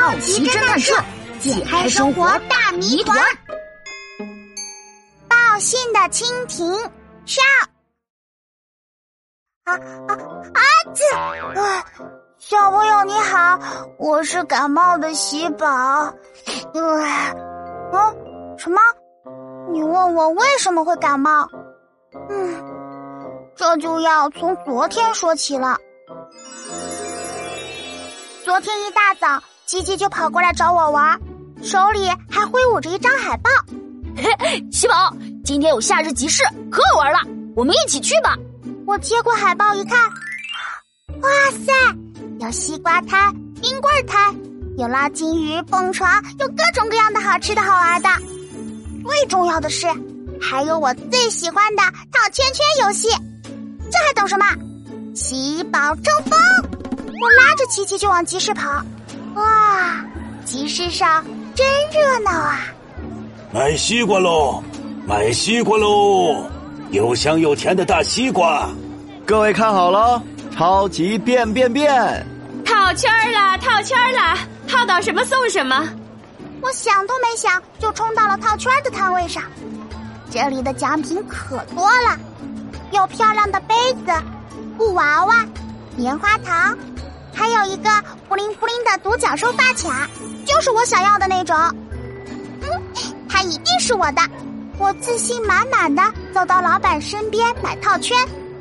好奇侦探社解开生活大谜团。 报信的蜻蜓上。小朋友你好，我是感冒的喜宝。什么？你问我为什么会感冒？这就要从昨天说起了。昨天一大早，吉吉就跑过来找我玩，手里还挥舞着一张海报。 喜宝，今天有夏日集市，可好玩了，我们一起去吧。 我接过海报一看，哇塞，有西瓜摊、冰棍摊，有捞金鱼、蹦床，有各种各样的好吃的好玩的。最重要的是，还有我最喜欢的套圈圈游戏。这还等什么？喜宝争锋！我拉着琪琪就往集市跑。哇，集市上真热闹啊！ 买西瓜喽，买西瓜喽！又香又甜的大西瓜， 各位看好了，超级变变变！ 套圈了，套圈了，套到什么送什么。 我想都没想就冲到了套圈的摊位上。这里的奖品可多了，有漂亮的杯子、布娃娃、棉花糖，还有一个扑灵扑灵的独角兽发卡，就是我想要的那种。它一定是我的。我自信满满的走到老板身边买套圈。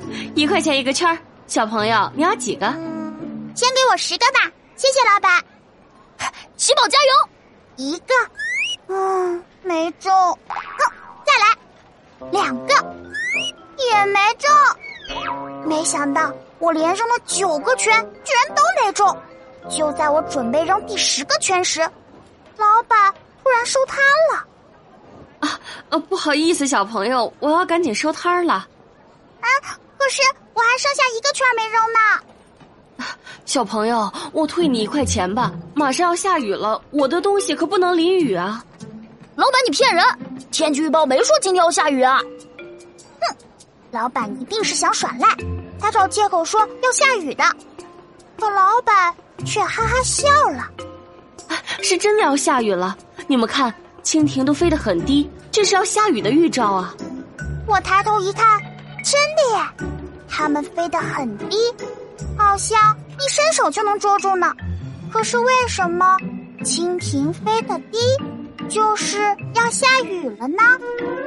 1块钱一个圈，小朋友你要几个？ 先给我10个吧，谢谢老板。 喜宝加油 ！1个，没中。再来2个，也没中。没想到我连扔了9个圈，居然都没中。就在我准备扔第10个圈时，老板突然收摊了。 不好意思，小朋友，我要赶紧收摊了。 可是我还剩下1个圈没扔呢。 小朋友，我退你1块钱吧，马上要下雨了，我的东西可不能淋雨啊。 老板你骗人，天气预报没说今天要下雨啊。 老板一定是想耍赖，他找借口说要下雨的，可老板却哈哈笑了。 是真的要下雨了，你们看，蜻蜓都飞得很低，这是要下雨的预兆啊。 我抬头一看，真的耶，它们飞得很低，好像一伸手就能捉住呢。可是为什么蜻蜓飞得低就是要下雨了呢？